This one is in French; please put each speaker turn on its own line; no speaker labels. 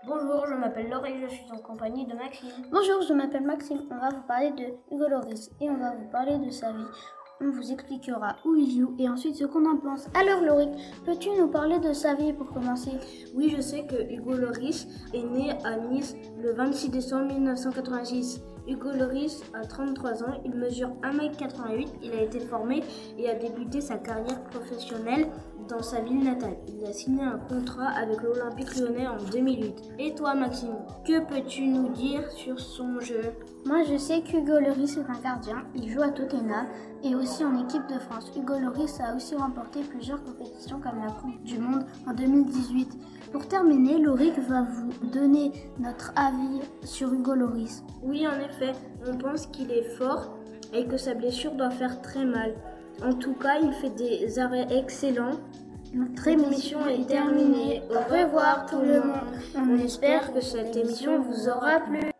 Bonjour, je m'appelle Laurie, je suis en compagnie de Maxime.
Bonjour, je m'appelle Maxime. On va vous parler de Hugo Lloris et on va vous parler de sa vie. On vous expliquera où il joue et ensuite ce qu'on en pense. Alors Laurie, peux-tu nous parler de sa vie pour commencer?
Oui, je sais que Hugo Lloris est né à Nice le 26 décembre 1986. Hugo Lloris a 33 ans, il mesure 1m88, il a été formé et a débuté sa carrière professionnelle dans sa ville natale. Il a signé un contrat avec l'Olympique Lyonnais en 2008. Et toi Maxime, que peux-tu nous dire sur son jeu?
Moi je sais qu'Hugo Lloris est un gardien, il joue à Tottenham et aussi en équipe de France. Hugo Lloris a aussi remporté plusieurs compétitions comme la Coupe du Monde en 2018. Pour terminer, Lauric va vous donner notre avis sur Hugo Lloris.
Oui, en effet, on pense qu'il est fort et que sa blessure doit faire très mal. En tout cas, il fait des arrêts excellents.
Notre émission est terminée. Au revoir tout le monde.
On espère que cette émission vous aura plu.